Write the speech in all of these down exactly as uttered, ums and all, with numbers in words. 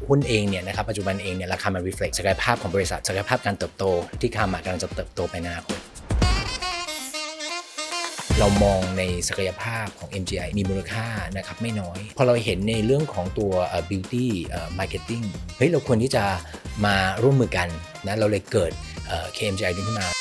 หุ้นเองเนี่ยนะครับปัจจุบันเองเนี่ยราคามัน reflect ศักยภาพของบริษัทศักยภาพการเติบโตที่คาร์มากำลังจะเติบโตไปในอนาคตเรามองในศักยภาพของ เอ็ม จี ไอ มีมูลค่านะครับไม่น้อยพอเราเห็นในเรื่องของตัว beauty marketing เฮ้ยเราควรที่จะมาร่วมมือกันนะเราเลยเกิด เค เอ็ม จี ไอ ขึ้นมา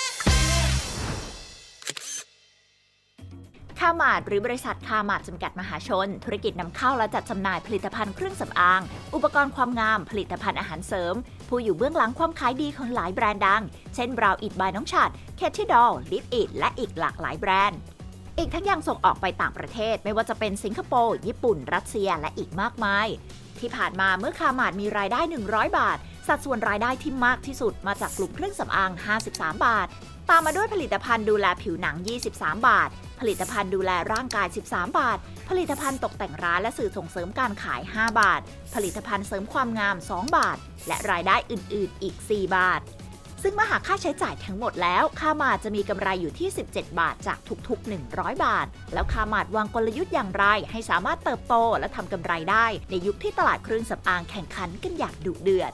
คาร์มาร์ทหรือบริษัทคาร์มาร์ทจำกัดมหาชนธุรกิจนำเข้าและจัดจำหน่ายผลิตภัณฑ์เครื่องสำอางอุปกรณ์ความงามผลิตภัณฑ์อาหารเสริมผู้อยู่เบื้องหลังความขายดีของหลายแบรนด์ดังเช่น Brow It by น้องฉัตร Katy Doll Lip It และอีกหลากหลายแบรนด์อีกทั้งยังส่งออกไปต่างประเทศไม่ว่าจะเป็นสิงคโปร์ญี่ปุ่นรัสเซียและอีกมากมายที่ผ่านมาเมื่อคาร์มาร์ทมีรายได้หนึ่งร้อยบาทสัดส่วนรายได้ที่มากที่สุดมาจากกลุ่มเครื่องสำอางห้าสิบสามบาทตามมาด้วยผลิตภัณฑ์ดูแลผิวหนังยี่สิบสามบาทผลิตภัณฑ์ดูแลร่างกายสิบสามบาทผลิตภัณฑ์ตกแต่งร้านและสื่อส่งเสริมการขายห้าบาทผลิตภัณฑ์เสริมความงามสองบาทและรายได้อื่นๆอีกสี่บาทซึ่งเมื่อหากค่าใช้จ่ายทั้งหมดแล้วคาร์มาร์ทจะมีกำไรอยู่ที่สิบเจ็ดบาทจากทุกๆหนึ่งร้อยบาทแล้วคาร์มาร์ทวางกลยุทธ์อย่างไรให้สามารถเติบโตและทำกำไรได้ในยุคที่ตลาดเครื่องสำอางแข่งขันกันอย่างดุเดือด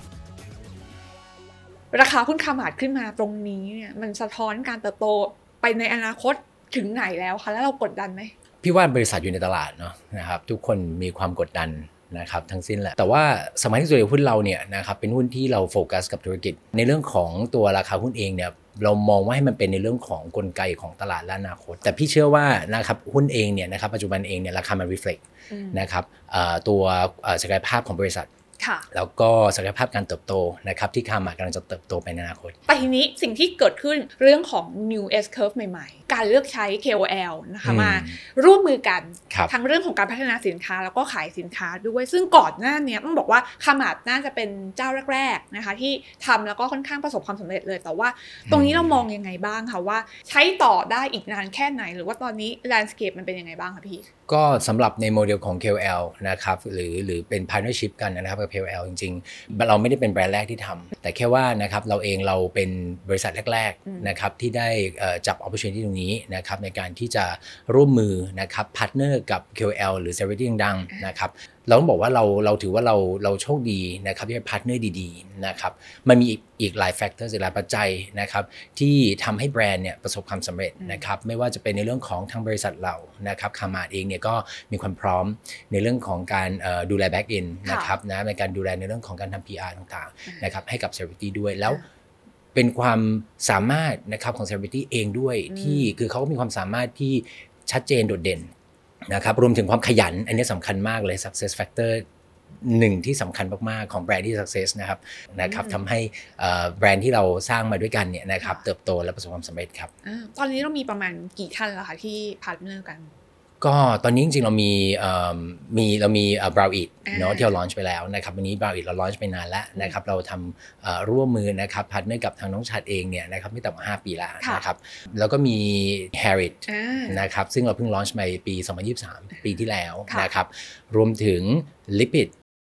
ราคาหุ้นคาร์มาร์ทขึ้นมาตรงนี้เนี่ยมันสะท้อนการเติบโตไปในอนาคตถึงไหนแล้วคะแล้วเรากดดันไหมพี่ว่าบริษัทอยู่ในตลาดเนาะนะครับทุกคนมีความกดดันนะครับทั้งสิ้นแหละแต่ว่าสมัยที่สุดในหุ้นเราเนี่ยนะครับเป็นหุ้นที่เราโฟกัสกับธุรกิจในเรื่องของตัวราคาหุ้นเองเนี่ยเรามองว่าให้มันเป็นในเรื่องของกลไกของตลาดและอนาคตแต่พี่เชื่อว่านะครับหุ้นเองเนี่ยนะครับปัจจุบันเองเนี่ยราคามัน reflect นะครับตัวศักยภาพของบริษัทแล้วก็ศักยภาพการเติบโตนะครับที่คาร์มากำลังจะเติบโตไปในอนาคตแต่ทีนี้สิ่งที่เกิดขึ้นเรื่องของ new S curve ใหม่ๆการเลือกใช้ เค โอ แอล นะคะมาร่วมมือกันทั้งเรื่องของการพัฒนาสินค้าแล้วก็ขายสินค้าด้วยซึ่งก่อนหน้านี้ต้องบอกว่าคาร์มาร์ทน่าจะเป็นเจ้าแรกๆนะคะที่ทำแล้วก็ค่อนข้างประสบความสำเร็จเลยแต่ว่าตรงนี้เรามองยังไงบ้างคะว่าใช้ต่อได้อีกนานแค่ไหนหรือว่าตอนนี้ landscape มันเป็นยังไงบ้างคะพี่ก็สำหรับในโมเดลของ เค โอ แอล นะครับหรือหรือเป็น partnership กันนะครับกับ เค โอ แอล จริงๆเราไม่ได้เป็นแบรนด์แรกที่ทำแต่แค่ว่านะครับเราเองเราเป็นบริษัทแรกๆนะครับที่ได้จับ opportunity ตรงนี้นะครับในการที่จะร่วมมือนะครับ partner กับ เค โอ แอล หรือ celebrity ดังๆนะครับเราต้องบอกว่าเราเราถือว่าเราเราโชคดีนะครับที่ได้พาร์ทเนอร์ดีๆนะครับมันมีอีกอีกหลายแฟกเตอร์หลายปัจจัยนะครับที่ทำให้แบรนด์เนี่ยประสบความสำเร็จนะครับไม่ว่าจะเป็นในเรื่องของทางบริษัทเรานะครับคาร์มาร์ทเองเนี่ยก็มีความพร้อมในเรื่องของการดูแลแบ็กเอนด์นะครับนะในการดูแลในเรื่องของการทำ พี อาร์ ต่างๆนะครับให้กับ celebrity ด้วยแล้วเป็นความสามารถนะครับของ celebrity เองด้วยที่คือเขาก็มีความสามารถที่ชัดเจนโดดเด่นนะครับรวมถึงความขยันอันนี้สำคัญมากเลย success factor หนึ่งที่สำคัญมากๆของแบรนด์ที่ success นะครับนะครับทำให้แบรนด์ที่เราสร้างมาด้วยกันเนี่ยนะครับเติบโตและประสบความสำเร็จครับตอนนี้เรามีประมาณกี่ท่านแล้วคะที่พาร์ทเนอร์กันก็ตอนนี้จริงๆเรามีมีเรามี Brow It เนาะที่เรา launch ไปแล้วนะครับวันนี้ Brow It เรา launch ไปนานแล้วนะครับเราทำร่วมมือนะครับพาร์ทเนอร์กับทางน้องฉัตรเองเนี่ยนะครับไม่ต่ำกว่าห้าปีแล้วนะครับแล้วก็มี Harit นะครับซึ่งเราเพิ่ง launch ไปปีสองพันยี่สิบสามปีที่แล้วนะครับรวมถึง Lip It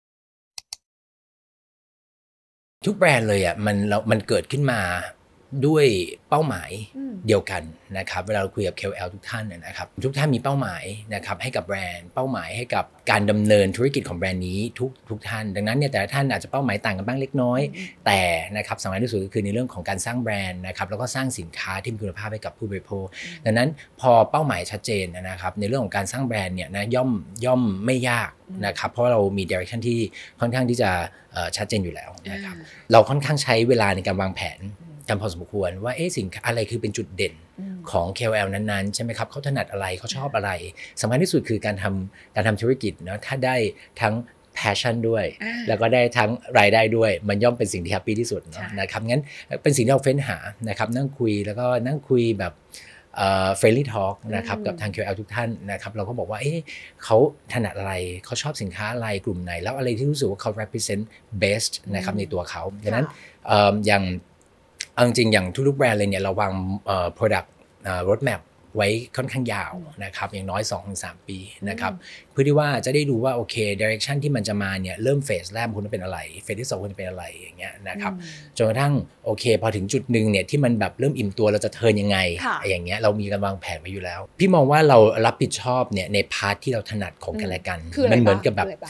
ทุกแบรนด์เลยอ่ะมันเรามันเกิดขึ้นมาด้วยเป้าหมายเดียวกันนะครับเวลาเราคุยกับ เค โอ แอล ทุกท่านนะครับทุกท่านมีเป้าหมายนะครับให้กับแบรนด์เป้าหมายให้กับการดำเนินธุรกิจของแบรนด์นี้ทุกทุกท่านดังนั้นเนี่ยแต่ละท่านอาจจะเป้าหมายต่างกันบ้างเล็กน้อยแต่นะครับสำคัญที่สุดก็คือในเรื่องของการสร้างแบรนด์นะครับแล้วก็สร้างสินค้าที่มีคุณภาพให้กับผู้บริโภคดังนั้นพอเป้าหมายชัดเจนนะครับในเรื่องของการสร้างแบรนด์เนี่ยนะย่อมย่อมไม่ยากนะครับเพราะเรามี direction ที่ค่อนข้างที่จะชัดเจนอยู่แล้วนะครับเราค่อนข้างใช้เวลาในการวางแผนกันพอสมควรว่าเอ๊ะสิ่งอะไรคือเป็นจุดเด่นของ เค โอ แอล นั้นๆใช่ไหมครับเขาถนัดอะไรเขาชอบอะไรสำคัญที่สุดคือการทำการทำธุรกิจเนาะถ้าได้ทั้ง passion ด้วยแล้วก็ได้ทั้งรายได้ด้วยมันย่อมเป็นสิ่งที่แฮปปี้ที่สุดเนาะนะครับงั้นเป็นสิ่งที่เราเฟ้นหานะครับนั่งคุยแล้วก็นั่งคุยแบบเอ่อ friendly talk นะครับกับทาง เค โอ แอล ทุกท่านนะครับเราก็บอกว่าเอ๊ะเขาถนัดอะไรเขาชอบสินค้าอะไรกลุ่มไหนแล้วอะไรที่รู้สึกว่าเขา represent best นะครับในตัวเขาดังนั้นเอ่ออย่างเอาจริงๆอย่างทุกๆแบรนด์เลยเนี่ยเราวางเอ่อ product roadmap ไว้ค่อนข้างยาวนะครับอย่างน้อย สองถึงสาม ปีนะครับเพื่อที่ว่าจะได้ดูว่าโอเค direction ที่มันจะมาเนี่ยเริ่มเฟสแรกคุณจะเป็นอะไรเฟสที่สองคุณจะเป็นอะไรอย่างเงี้ยนะครับจนกระทั่งโอเคพอถึงจุดนึงเนี่ยที่มันแบบเริ่มอิ่มตัวเราจะเทิร์นยังไงอย่างเงี้ยเรามีการวางแผนไว้อยู่แล้วพี่มองว่าเรารับผิดชอบเนี่ยในพาร์ทที่เราถนัดของกันและกันมันเหมือนกับแบบ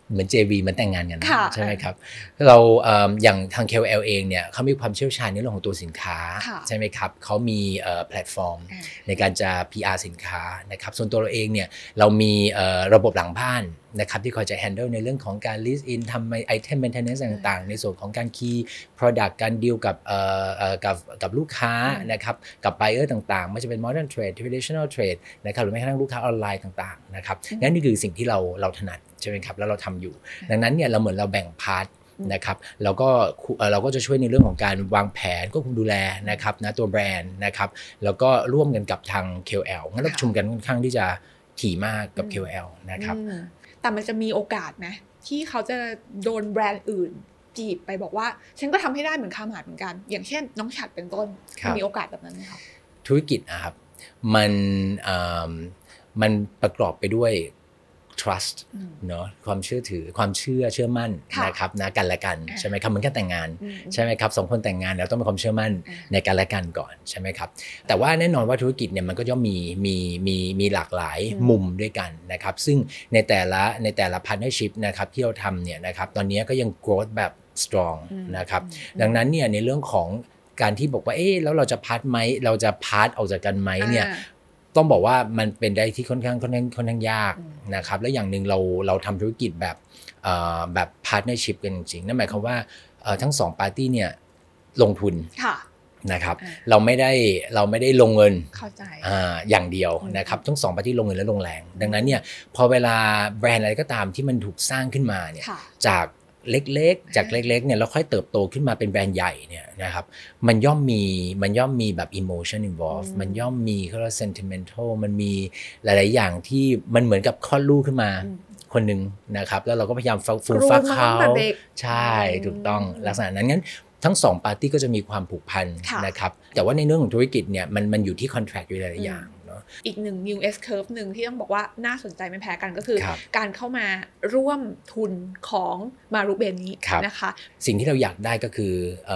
เหมือน เจ วี มันแต่งงานกันใช่ไหมครับะเราเอ่ออย่างทาง เค โอ แอล เองเนี่ยเขามีความเชี่ยวชาญในเรื่องของตัวสินค้าใช่ไหมครับเขามีเอ่อแพลตฟอร์มในการจะ พี อาร์ สินค้านะครับส่วนตัวเราเองเนี่ยเรามีเอ่อระบบหลังบ้านนะครับที่คอยจะ handle ในเรื่องของการ list in ทำ item maintenance ต่างๆในส่วนของการ key product การ deal กับเอ่อเอ่อกับกับลูกค้านะครับกับ buyer ต่างๆไม่ว่าจะเป็น modern trade traditional trade นะครับหรือแม้กระทั่งลูกค้าออนไลน์ต่างๆนะครับนั่นนี่คือสิ่งที่เราเราถนัดใช่ไหมครับแล้วเราทำอยู่ดังนั้นเนี่ยเราเหมือนเราแบ่งพาร์ทนะครับเราก็เราก็จะช่วยในเรื่องของการวางแผนควบคุมดูแลนะครับนะตัวแบรนด์นะครับแล้วก็ร่วมกันกับทาง เค โอ แอล งั้นเราประชุมกันค่อนข้างที่จะถี่มากกับ เค โอ แอล นะครับแต่มันจะมีโอกาสไหมที่เขาจะโดนแบรนด์อื่นจีบไปบอกว่าฉันก็ทำให้ได้เหมือนคาร์มาร์ทเหมือนกันอย่างเช่นน้องฉัดเป็นต้นมีโอกาสแบบนั้นไหมคะธุรกิจนะครับมันมันประกอบไปด้วย trust เนาะความเชื่อถือความเชื่อเชื่อมั่นนะครับนะกันและกันใช่ไหมครับเหมือนกันแต่งงานใช่ไหมครับสองคนแต่งงานแล้วต้องมีความเชื่อมั่นในกันและกันก่อนใช่ไหมครับแต่ว่าแน่นอนว่าธุรกิจเนี่ยมันก็ย่อมมีมีมีมีหลากหลายมุมด้วยกันนะครับซึ่งในแต่ละในแต่ละ partnership นะครับที่เราทำเนี่ยนะครับตอนนี้ก็ยัง growth แบบ strong นะครับดังนั้นเนี่ยในเรื่องของการที่บอกว่าเอ๊ะแล้วเราจะพาร์ทไหมเราจะพาร์ทออกจากกันไหมเนี่ยต้องบอกว่ามันเป็นได้ที่ค่อนข้างค่อนข้างค่อนข้างยากนะครับและอย่างหนึ่งเราเราทำธุรกิจแบบแบบพาร์ทเนอร์ชิพกันจริงๆนั่นหมายความว่าทั้งสองปาร์ตี้เนี่ยลงทุนนะครับเราไม่ได้เราไม่ได้ลงเงินอย่างเดียวนะครับทั้งสองปาร์ตี้ลงเงินและลงแรงดังนั้นเนี่ยพอเวลาแบรนด์อะไรก็ตามที่มันถูกสร้างขึ้นมาเนี่ยจากเล็กๆจากเล็กๆเนี่ยแล้วค่อยเติบโตขึ้นมาเป็นแบรนด์ใหญ่เนี่ยนะครับมันย่อมมีมันย่อมมีแบบ emotion involved มันย่อมมีเขาเรียก sentimental มันมีหลายๆอย่างที่มันเหมือนกับคลอดลูกขึ้นมาคนหนึ่งนะครับแล้วเราก็พยายามฟูมฟักเขาใช่ถูกต้องลักษณะนั้นงั้นทั้งสองปาร์ตี้ก็จะมีความผูกพันนะครับแต่ว่าในเรื่องของธุรกิจเนี่ยมันมันอยู่ที่ contract อยู่หลายๆอย่างอีกหนึ่ง new S curve หนึ่งที่ต้องบอกว่าน่าสนใจไม่แพ้กันก็คือการเข้ามาร่วมทุนของมารุเบนนี้นะคะสิ่งที่เราอยากได้ก็คือ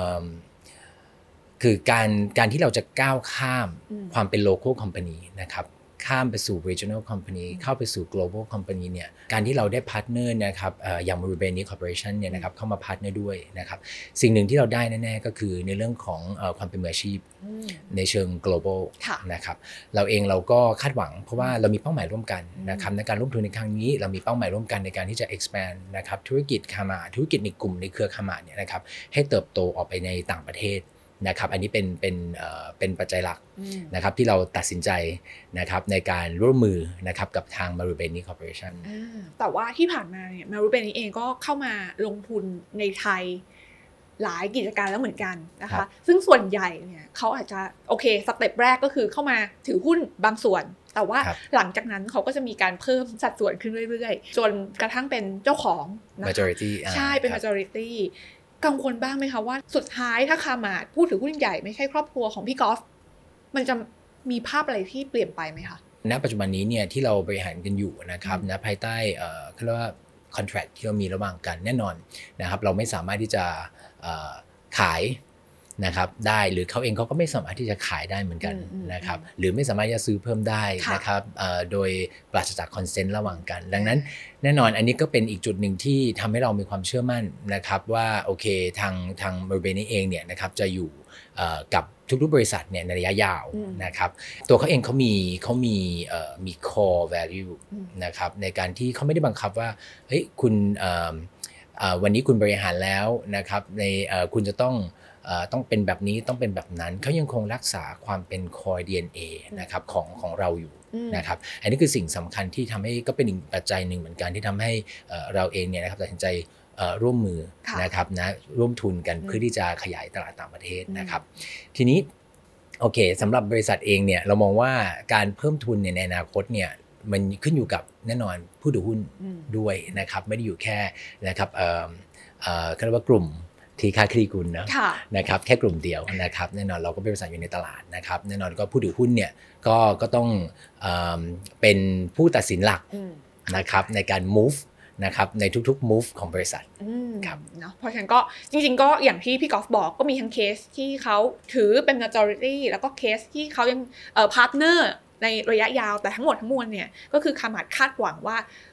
คือการการที่เราจะก้าวข้ามความเป็น local company นะครับข้ามไปสู่ regional company เข้าไปสู่ global company เนี่ยการที่เราได้พาร์ทเนอร์นะครับอย่าง Marubeni Corporation เนี่ยนะครับเข้ามาพาร์ทเนอร์ด้วยนะครับสิ่งหนึ่งที่เราได้แน่ๆก็คือในเรื่องของความเป็นมืออาชีพในเชิง global นะครับเราเองเราก็คาดหวังเพราะว่าเรามีเป้าหมายร่วมกันนะครับในการร่วมทุนในครั้งนี้เรามีเป้าหมายร่วมกันในการที่จะ expand นะครับธุรกิจคามาธุรกิจในกลุ่มในเครือคามาเนี่ยนะครับให้เติบโตออกไปในต่างประเทศนะครับอันนี้เป็นเป็นเอ่อเป็นปัจจัยหลักนะครับที่เราตัดสินใจนะครับในการร่วมมือนะครับกับทาง Marubeni Corporation แต่ว่าที่ผ่านมาเนี่ย Marubeni เองก็เข้ามาลงทุนในไทยหลายกิจการแล้วเหมือนกันนะคะซึ่งส่วนใหญ่เนี่ยเขาอาจจะโอเคสเต็ปแรกก็คือเข้ามาถือหุ้นบางส่วนแต่ว่าหลังจากนั้นเขาก็จะมีการเพิ่มสัดส่วนขึ้นเรื่อยๆจนกระทั่งเป็นเจ้าของนะคะ majority ใช่เป็น majorityกังวลบ้างไหมคะว่าสุดท้ายถ้าคามาร์ทผู้ถือหุ้นใหญ่ไม่ใช่ครอบครัวของพี่กอล์ฟมันจะมีภาพอะไรที่เปลี่ยนไปไหมคะณปัจจุบันนี้เนี่ยที่เราบริหารกันอยู่นะครับณภายใต้เอ่อเขาเรียกว่า contract ที่เรามีระหว่างกันแน่นอนนะครับเราไม่สามารถที่จะขายนะครับได้หรือเขาเองเขาก็ไม่สามารถที่จะขายได้เหมือนกันนะครับหรือไม่สามารถจะซื้อเพิ่มได้นะครับโดยปราศจากคอนเซนต์ระหว่างกันดังนั้นแน่นอนอันนี้ก็เป็นอีกจุดหนึ่งที่ทำให้เรามีความเชื่อมั่นนะครับว่าโอเคทางทาง Marubeni เองเนี่ยนะครับจะอยู่กับทุกๆบริษัทเนี่ยในระยะยาวนะครับตัวเขาเองเขามีเขามีมี core value นะครับในการที่เขาไม่ได้บังคับว่าเฮ้ยคุณวันนี้คุณบริหารแล้วนะครับในคุณจะต้องต้องเป็นแบบนี้ต้องเป็นแบบนั้นเขายังคงรักษาความเป็น core ดี เอ็น เอ นะครับของของเราอยู่นะครับอันนี้คือสิ่งสำคัญที่ทำให้ก็เป็นอีกปัจจัยหนึ่งเหมือนกันที่ทำให้เราเองเนี่ยนะครับตัดสินใจร่วมมือนะครับนะร่วมทุนกันเพื่อที่จะขยายตลาดต่างประเทศนะครับทีนี้โอเคสำหรับบริษัทเองเนี่ยเรามองว่าการเพิ่มทุนในอนาคตเนี่ยมันขึ้นอยู่กับแน่นอนผู้ถือหุ้นด้วยนะครับไม่ได้อยู่แค่นะครับเอ่อเอ่อเรียกว่ากลุ่มทีคาคลีกุลนะนะครับแค่กลุ่มเดียวนะครับแน่นอนเราก็เป็นบริษัทอยู่ในตลาดนะครับแน่นอนก็ผู้ถือหุ้นเนี่ยก็ก็ต้องเอ่อเป็นผู้ตัดสินหลักนะครับในการ move นะครับในทุกๆ move ของบริษัทครับเนาะเพราะฉะนั้นก็จริงๆก็อย่างที่พี่กอล์ฟบอกก็มีทั้งเคสที่เขาถือเป็น majority แล้วก็เคสที่เขายังเอ่อ partner ในระยะยาวแต่ทั้งหมดทั้งมวลเนี่ยก็คือคามาร์ทคาดหวังว่า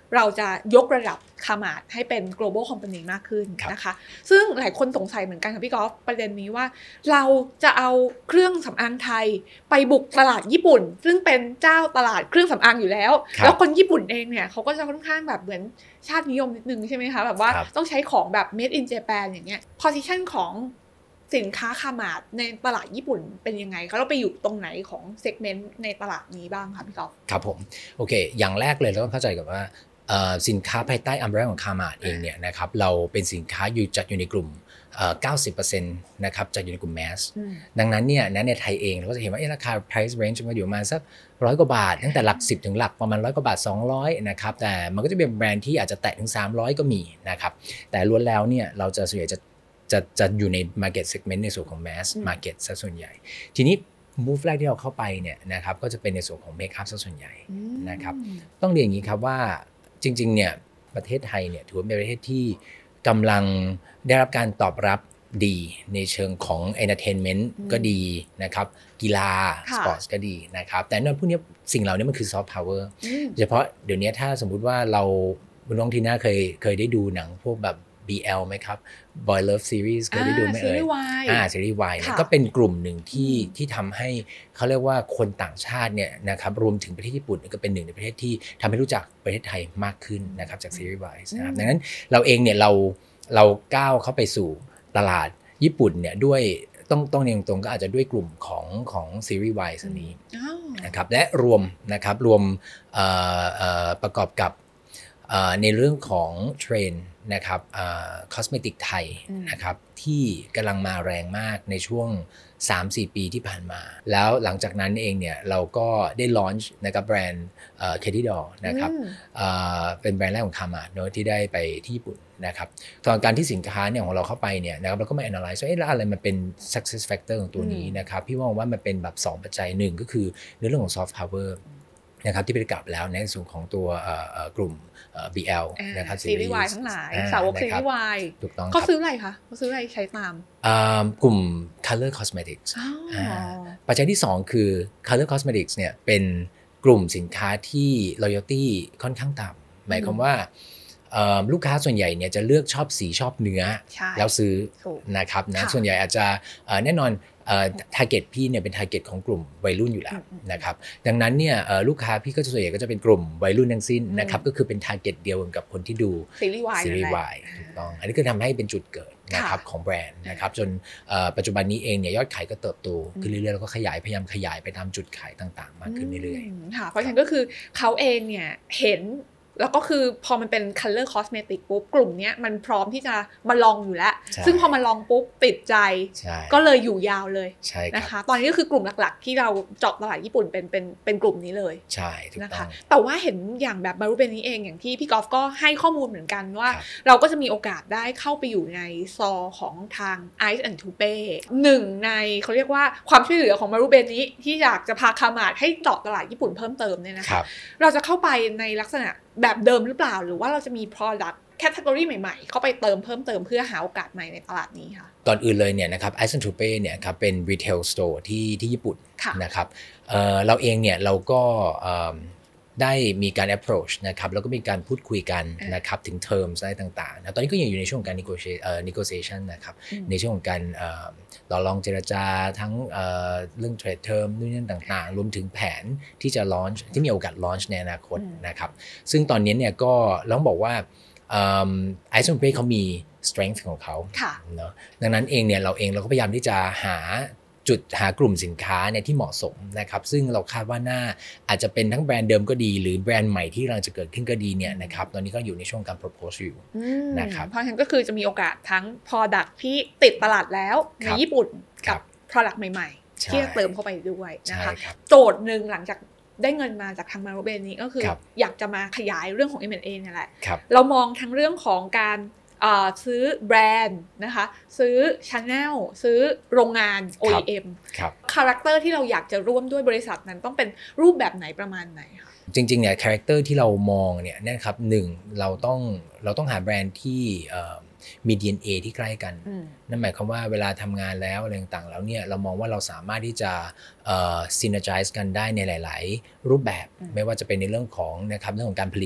เราจะยกระดับคามาดให้เป็น global company มากขึ้นนะคะซึ่งหลายคนสงสัยเหมือนกันค่ะพี่กอล์ฟประเด็นนี้ว่าเราจะเอาเครื่องสำอางไทยไปบุกตลาดญี่ปุ่นซึ่งเป็นเจ้าตลาดเครื่องสำอางอยู่แล้วแล้วคนญี่ปุ่นเองเนี่ยเขาก็จะค่อนข้างแบบเหมือนชาตินิยมนิดนึงใช่ไหมคะแบบว่าต้องใช้ของแบบ made in Japan อย่างเงี้ย position ของสินค้าคามาดในตลาดญี่ปุ่นเป็นยังไงคะเราไปอยู่ตรงไหนของเซกเมนต์ในตลาดนี้บ้างคะพี่กอล์ฟครับผมโอเคอย่างแรกเลยเราต้องเข้าใจกับว่าสินค้าภายใต้อัมเบรลของคามาดเองเนี่ยนะครับเราเป็นสินค้าอยู่จัดอยู่ในกลุ่มเก้าสิบเปอร์เซ็นต์นะครับจัดอยู่ในกลุ่มแมสดังนั้นเนี่ยในไทยเองเราก็จะเห็นว่าราคา price range มันอยู่ประมาณสักร้อยกว่าบาทตั้งแต่หลักสิบถึงหลักประมาณร้อยกว่าบาทสองร้อยนะครับแต่มันก็จะเป็นแบรนด์ที่อาจจะแตะถึงสามร้อยก็มีนะครับแต่ล้วนแล้วเนี่ยเราจะส่วนใหญ่จะจะจะอยู่ใน market segment ในส่วนของ mass market ซะส่วนใหญ่ทีนี้ move แรกที่เราเข้าไปเนี่ยนะครับก็จะเป็นในส่วนของ make up ซะส่วนใหญ่นะครับต้องเรียนอย่างนี้ครับว่าจริงๆเนี่ยประเทศไทยเนี่ยถือว่าเป็นประเทศที่กำลังได้รับการตอบรับดีในเชิงของ entertainment ก็ดีนะครับกีฬา sports ก็ดีนะครับแต่นั่นพวกนี้สิ่งเหล่านี้มันคือ soft power เฉพาะเดี๋ยวนี้ถ้าสมมุติว่าเราน้องทีน่าเคยเคยได้ดูหนังพวกแบบ บี แอล ไหมครับ Boy Love Series เคยได้ดูไหมเอ่ยอ่าซีรีส์ Y ก็เป็นกลุ่มหนึ่งที่ที่ทำให้เขาเรียกว่าคนต่างชาติเนี่ยนะครับรวมถึงประเทศญี่ปุ่นก็เป็นหนึ่งในประเทศที่ทำให้รู้จักประเทศไทยมากขึ้นนะครับจากซีรีส์ Y นะครับดังนั้นเราเองเนี่ยเราเราก้าวเข้าไปสู่ตลาดญี่ปุ่นเนี่ยด้วยต้องต้องเรียนตรงก็อาจจะด้วยกลุ่มของของซีรีส์ Y ส่วนนี้นะครับและรวมนะครับรวมประกอบกับในเรื่องของเทรนด์นะครับคอสเมติกไทยนะครับที่กำลังมาแรงมากในช่วง สามถึงสี่ ปีที่ผ่านมาแล้วหลังจากนั้นเองเนี่ยเราก็ได้ลอนช์นะครับแบรนด์เคที่ดอร์นะครับเป็นแบรนด์แรกของคามาดเนอะที่ได้ไปที่ญี่ปุ่นนะครับตอนการที่สินค้าเนี่ยของเราเข้าไปเนี่ยนะครับเราก็มา analyze ว่าเอ๊ะแล้วอะไรมันเป็น success factor ของตัวนี้นะครับพี่มองว่ามันเป็นแบบสองปัจจัยหนึ่งก็คือในเรื่องของ soft powerนะครับที่ไปกลับแล้วในส่วนของตัวกลุ่ม บี แอล นะครับซีรีส์ Y ทั้งหลายสาวกซีรีส์ Y ถูกต้องเขาซื้ออะไรคะเขาซื้ออะไรใช้ตามกลุ่ม Color Cosmetics ปัจจัยที่สองคือ Color Cosmetics เนี่ยเป็นกลุ่มสินค้าที่ loyalty ค่อนข้างต่ำหมายความว่าลูกค้าส่วนใหญ่เนี่ยจะเลือกชอบสีชอบเนื้อแล้วซื้อนะครับนะส่วนใหญ่อาจจะแน่นอนtarget พี่เนี่ยเป็น target ของกลุ่มวัยรุ่นอยู่แล้วนะครับดังนั้นเนี่ยลูกค้าพี่ก็ส่วนใหญ่ก็จะเป็นกลุ่มวัยรุ่นทั้งสิ้นนะครับก็คือเป็น target เดียวกับคนที่ดูซีรีส์ Y ซีรีส์ Y ถูกต้องอันนี้ก็ทำให้เป็นจุดเกิดนะครับของแบรนด์นะครับจนปัจจุบันนี้เองเนี่ยยอดขายก็เติบโตขึ้นเรื่อยๆแล้วก็ขยายพยายามขยายไปตามจุดขายต่างๆมากขึ้นเรื่อยๆค่ะเพราะฉะนั้นก็คือเขาเองเนี่ยเห็นแล้วก็คือพอมันเป็น color cosmetic ปุ๊บกลุ่มนี้มันพร้อมที่จะมาลองอยู่แล้วซึ่งพอมาลองปุ๊บติดใจก็เลยอยู่ยาวเลยนะคะตอนนี้ก็คือกลุ่มหลักๆที่เราเจาะตลาดญี่ปุ่นเป็นเป็นเป็นกลุ่มนี้เลยใช่นะคะแต่ว่าเห็นอย่างแบบมารุเบนนี้เองอย่างที่พี่กอล์ฟก็ให้ข้อมูลเหมือนกันว่าเราก็จะมีโอกาสได้เข้าไปอยู่ในซอของทาง Ice and Toupe หนึ่งในเขาเรียกว่าความช่วยเหลือของมารุเบนนี้ที่อยากจะพาคามาดให้เจาะตลาดญี่ปุ่นเพิ่มเติมเนี่ยนะคะเราจะเข้าไปในลักษณะแบบเดิมหรือเปล่าหรือว่าเราจะมี product category ใหม่ๆเข้าไปเติมเพิ่มเติมเพื่อหาโอกาสใหม่ในตลาดนี้ค่ะก่อนอื่นเลยเนี่ยนะครับ Ice and Toupe เนี่ยครับเป็น retail store ที่ที่ญี่ปุ่นนะครับ เอ่อ เราเองเนี่ยเราก็ได้มีการ approach นะครับแล้วก็มีการพูดคุยกันนะครับถึง terms อะไรต่างๆนะตอนนี้ก็ยังอยู่ในช่วงการ negotiation นะครับในช่วงของการต่อรองเจรจาทั้งเรื่อง trade term นู่นนี่ต่างๆรวมถึงแผนที่จะ launch ที่มีโอกาส launch ในอนาคตนะครับซึ่งตอนนี้เนี่ยก็ต้องบอกว่าไอซ์ and Toupe เขามี strength ของเขาเนาะดังนั้นเองเนี่ยเราเองเราก็พยายามที่จะหาจุดหากลุ่มสินค้าเนี่ยที่เหมาะสมนะครับซึ่งเราคาดว่าน่าอาจจะเป็นทั้งแบรนด์เดิมก็ดีหรือแบรนด์ใหม่ที่กำลังจะเกิดขึ้นก็ดีเนี่ยนะครับตอนนี้ก็อยู่ในช่วงการ propose อยู่นะครับเพราะฉะนั้นก็คือจะมีโอกาสทั้ง product ที่ติดตลาดแล้วในญี่ปุ่นกับ product ใหม่ๆที่จะเติมเข้าไปด้วยนะคะโจทย์นึงหลังจากได้เงินมาจากทางมารุเบนนี้ก็คืออยากจะมาขยายเรื่องของ เอ็ม แอนด์ เอ เนี่ยแหละเรามองทั้งเรื่องของการซื้อแบรนด์นะคะซื้อ channel ซื้อโรงงาน โอ อี เอ็ม คาแรคเตอร์ที่เราอยากจะร่วมด้วยบริษัทนั้นต้องเป็นรูปแบบไหนประมาณไหนคะจริงๆเนี่ยคาแรคเตอร์ที่เรามองเนี่ยนะครับหนึ่งเราต้องเราต้องหาแบรนด์ที่มี ดี เอ็น เอ ที่ใกล้กันนั่นหมายความว่าเวลาทำงานแล้วอะไรต่างๆแล้วเนี่ยเรามองว่าเราสามารถที่จะ synergize กันได้ในหลายๆรูปแบบไม่ว่าจะเป็นในเรื่องของนะครับเรื่องของการผลิต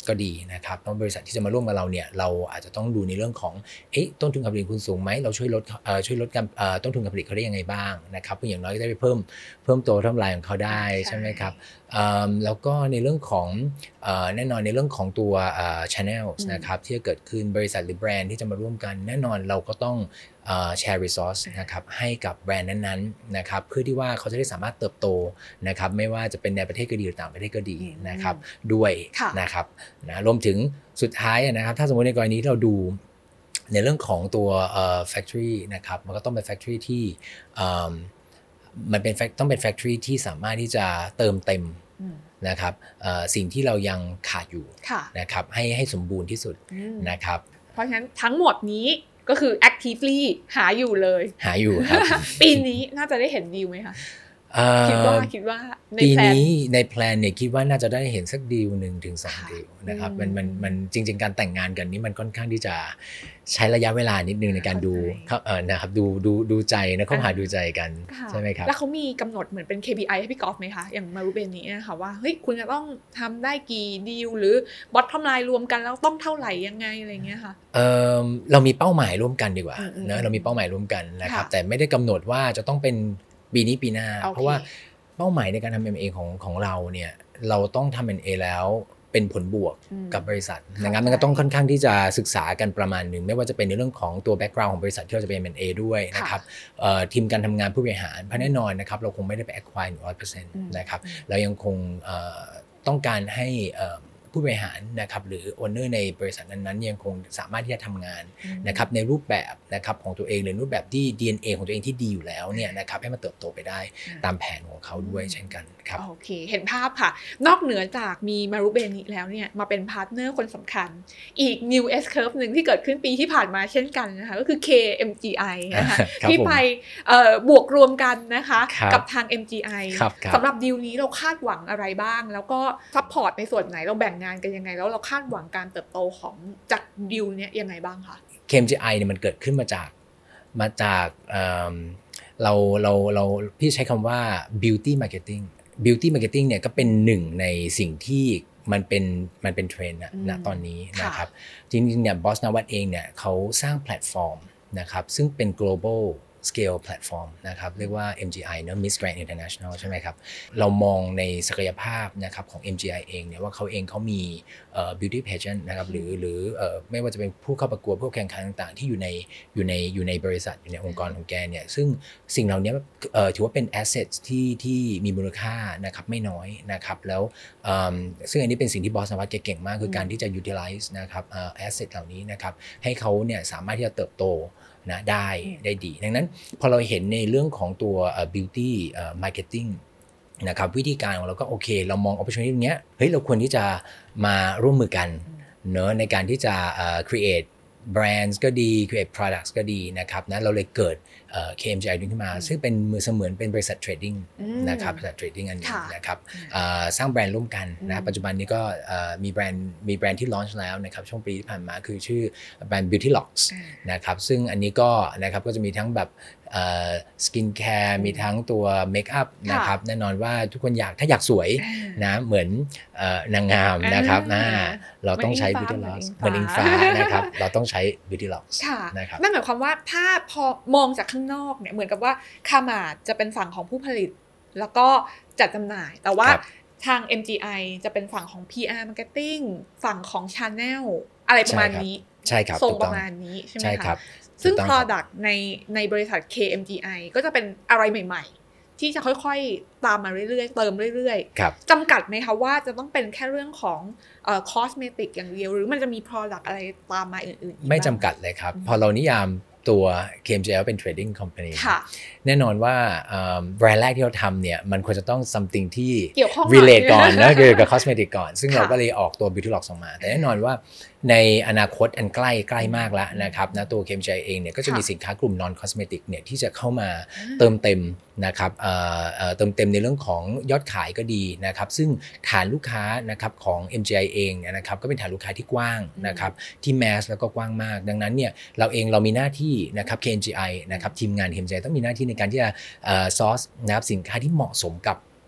ก็ดีนะครับเพราะบริษัทที่จะมาร่วมกับเราเนี่ยเราอาจจะต้องดูในเรื่องของเอ๊ะต้นทุนการผลิตคุณสูงไหมเราช่วยลดเอ่อช่วยลดการเอ่อต้นทุนการผลิตเขาได้ยังไงบ้างนะครับเพื่ออย่างน้อยก็ได้ไปเพิ่มเพิ่มตัวกำไรของเขาได้ใช่ไหมครับแล้วก็ในเรื่องของแน่นอนในเรื่องของตัว channel นะครับที่จะเกิดขึ้นบริษัทหรือแบรนด์ที่จะมาร่วมกันแน่นอนเราก็ต้องแชร์ resource นะครับให้กับแบรนด์นั้นๆนะครับเพื่อที่ว่าเขาจะได้สามารถเติบโตนะครับไม่ว่าจะเป็นในประเทศก็ดีหรือต่างประเทศก็ดีนะครับด้วยนะครับนะรวมถึงสุดท้ายนะครับถ้าสมมติในกรณีที่เราดูในเรื่องของตัว factory นะครับมันก็ต้องเป็น factory ที่มันเป็นต้องเป็น factory ที่สามารถที่จะเติมเต็มนะครับสิ่งที่เรายังขาดอยู่นะครับให้ให้สมบูรณ์ที่สุดนะครับเพราะฉะนั้นทั้งหมดนี้ก็คือ actively หาอยู่เลยหาอยู่ครับปีนี้น่าจะได้เห็นดีลไหมคะคิดว่าคิดว่าปีนี้ในแพลนเนี่ยคิดว่าน่าจะได้เห็นสักดีลหนึ่งถึงสองดีลนะครับมันมันมันจริงๆการแต่งงานกันนี้มันค่อนข้างที่จะใช้ระยะเวลานิดนึงในการดูเอ่อนะครับดูดูดูใจนะเขาหาดูใจกันใช่ไหมครับแล้วเขามีกำหนดเหมือนเป็น เค พี ไอ ให้พี่กอล์ฟไหมคะอย่างมารูเบนนี้นะคะว่าเฮ้ยคุณจะต้องทำได้กี่ดีลหรือบอททอมไลน์รวมกันแล้วต้องเท่าไหร่ยังไงอะไรเงี้ยค่ะเออเรามีเป้าหมายร่วมกันดีกว่านะเรามีเป้าหมายร่วมกันนะครับแต่ไม่ได้กำหนดว่าจะต้องเป็นปีนี้ปีหน้าเพราะว่าเป้าหมายในการทำ เอ็ม เอ ของของเราเนี่ยเราต้องทำ เอ็ม เอ แล้วเป็นผลบวกกับบริษัทดังนั้นมันก็ต้องค่อนข้างที่จะศึกษากันประมาณหนึ่งไม่ว่าจะเป็นในเรื่องของตัวแบ็กกราวด์ของบริษัทที่เราจะเป็น เอ็ม เอ ด้วยนะครับทีมการทำงานผู้บริหารเพราะแน่นอนนะครับเราคงไม่ได้ไป acquire หนึ่งร้อยเปอร์เซ็นต์ นะครับเรายังคงต้องการให้ผู้บริหารนะครับหรือโอนเนอร์ในบริษัทนั้นๆยังคงสามารถที่จะทำงานนะครับในรูปแบบนะครับของตัวเองหรือรูปแบบที่ ดี เอ็น เอ ของตัวเองที่ดีอยู่แล้วเนี่ยนะครับให้มันเติบโตไปได้ตามแผนของเขาด้วยเช่นกันครับโอเคเห็นภาพค่ะนอกเหนือจากมีมารุเบนิแล้วเนี่ยมาเป็นพาร์ทเนอร์คนสำคัญอีก New S Curve หนึ่งที่เกิดขึ้นปีที่ผ่านมาเช่นกันนะคะก็คือ เค เอ็ม จี ไอ นะคะที่ไปบวกรวมกันนะคะกับทาง เอ็ม จี ไอ สำหรับดีลนี้เราคาดหวังอะไรบ้างแล้วก็ซัพพอร์ตในส่วนไหนเราแบ่งงานกันยังไงแล้วเราคาดหวังการเติบโตของจากดีลเนี้ยยังไงบ้างคะเค เอ็ม จี ไอ เนี่ยมันเกิดขึ้นมาจากมาจากเอ่อเราเราเราพี่ใช้คำว่า beauty marketing beauty marketing เนี่ยก็เป็นหนึ่งในสิ่งที่มันเป็นมันเป็นเทรนด์ณตอนนี้นะครับจริงๆเนี่ยบอสนวัตเองเนี่ยเขาสร้างแพลตฟอร์มนะครับซึ่งเป็น global scale platform นะครับเรียกว่า เอ็ม จี ไอ เนอะ Miss Grand International ใช่ไหมครับเรามองในศักยภาพนะครับของ เอ็ม จี ไอ เองเนี่ยว่าเขาเองเขามีเอ่อ beauty pageant นะครับหรือหรือเอ่อไม่ว่าจะเป็นผู้เข้าประกวดผู้แข่งขันต่างๆที่อยู่ในอยู่ในอยู่ในบริษัทอยู่ในองค์กรของแกเนี่ยซึ่งสิ่งเหล่านี้เอ่อถือว่าเป็น assets ที่ที่มีมูลค่านะครับไม่น้อยนะครับแล้วเอ่อซึ่งอันนี้เป็นสิ่งที่บอสนวัตเก่งมากคือการที่จะ utilize นะครับเอ่อ asset เหล่านี้นะครับให้เขาเนี่ยสามารถที่จะเติบโตนะได้ได้ดีดังนั้นพอเราเห็นในเรื่องของตัว beauty marketing นะครับวิธีการของเราก็โอเคเรามอง opportunity ตรงเนี้ยเฮ้ยเราควรที่จะมาร่วมมือกันเนอะในการที่จะ create brands ก็ดี create products ก็ดีนะครับนะเราเลยเกิด เค เอ็ม จี ไอ ขึ้นมาซึ่งเป็นมือเสมือนเป็นบริษัทเทรดดิ้งนะครับบริษัทเทรดดิ้งอันนี้นะครับสร้างแบรนด์ร่วมกันนะปัจจุบันนี้ก็มีแบรนด์มีแบรนด์ที่ลอนช์แล้วนะครับช่วงปีที่ผ่านมาคือชื่อแบรนด์ BeautyLox นะครับซึ่งอันนี้ก็นะครับก็จะมีทั้งแบบสกินแคร์มีทั้งตัวเมคอัพนะครับแน่นอนว่าทุกคนอยากถ้าอยากสวยนะเหมือนนางงามนะครับเราต้องใช้ BeautyLox เหมือนอิงฟ้านะครับเราต้องใช้ BeautyLox นะครับนั่นหมายความว่าถ้าพอมองจากข้างนอกเนี่ยเหมือนกับว่าคามาดจะเป็นฝั่งของผู้ผลิตแล้วก็จัดจำหน่ายแต่ว่าทาง เอ็ม จี ไอ จะเป็นฝั่งของ พี อาร์ Marketing ฝั่งของ Channel อะไรประมาณนี้ใช่ครับทรงประมาณนี้ใช่ไหมคะซึ่ง product ในในบริษัท เค เอ็ม จี ไอ ก็จะเป็นอะไรใหม่ๆที่จะค่อยๆตามมาเรื่อยๆเติมเรื่อยๆจำกัดไหมคะว่าจะต้องเป็นแค่เรื่องของเอ่อ cosmetic อย่างเดียวหรือมันจะมี product อะไรตามมาอื่นๆไม่จำกัดเลยครับพอเรานิยามตัว เค เอ็ม จี ไอ เป็น trading company แน่นอนว่าแบรนด์แรกที่เราทำเนี่ยมันควรจะต้อง something ที่ relate ก่อนนะคือกับ cosmetic ก่อนซึ่งเราก็เลยออกตัว BeautyLox ออกมาแต่แน่นอนว่าในอนาคตอันใกล้ใกล้มากแล้วนะครับนะตัว เค เอ็ม จี ไอ เองเนี่ยก็จะมีสินค้ากลุ่ม non cosmetic เนี่ยที่จะเข้ามาเติมเต็มนะครับเอ่อเอ่อเติมเต็มในเรื่องของยอดขายก็ดีนะครับซึ่งฐานลูกค้านะครับของ เอ็ม จี ไอ เองนะครับก็เป็นฐานลูกค้าที่กว้างนะครับที่แมสแล้วก็กว้างมากดังนั้นเนี่ยเราเองเรามีหน้าที่นะครับ เค เอ็ม จี ไอ นะครับทีมงาน เค เอ็ม จี ไอ ต้องมีหน้าที่ในการที่จะเอ่อ source นะครับสินค้าที่เหมาะสมกับ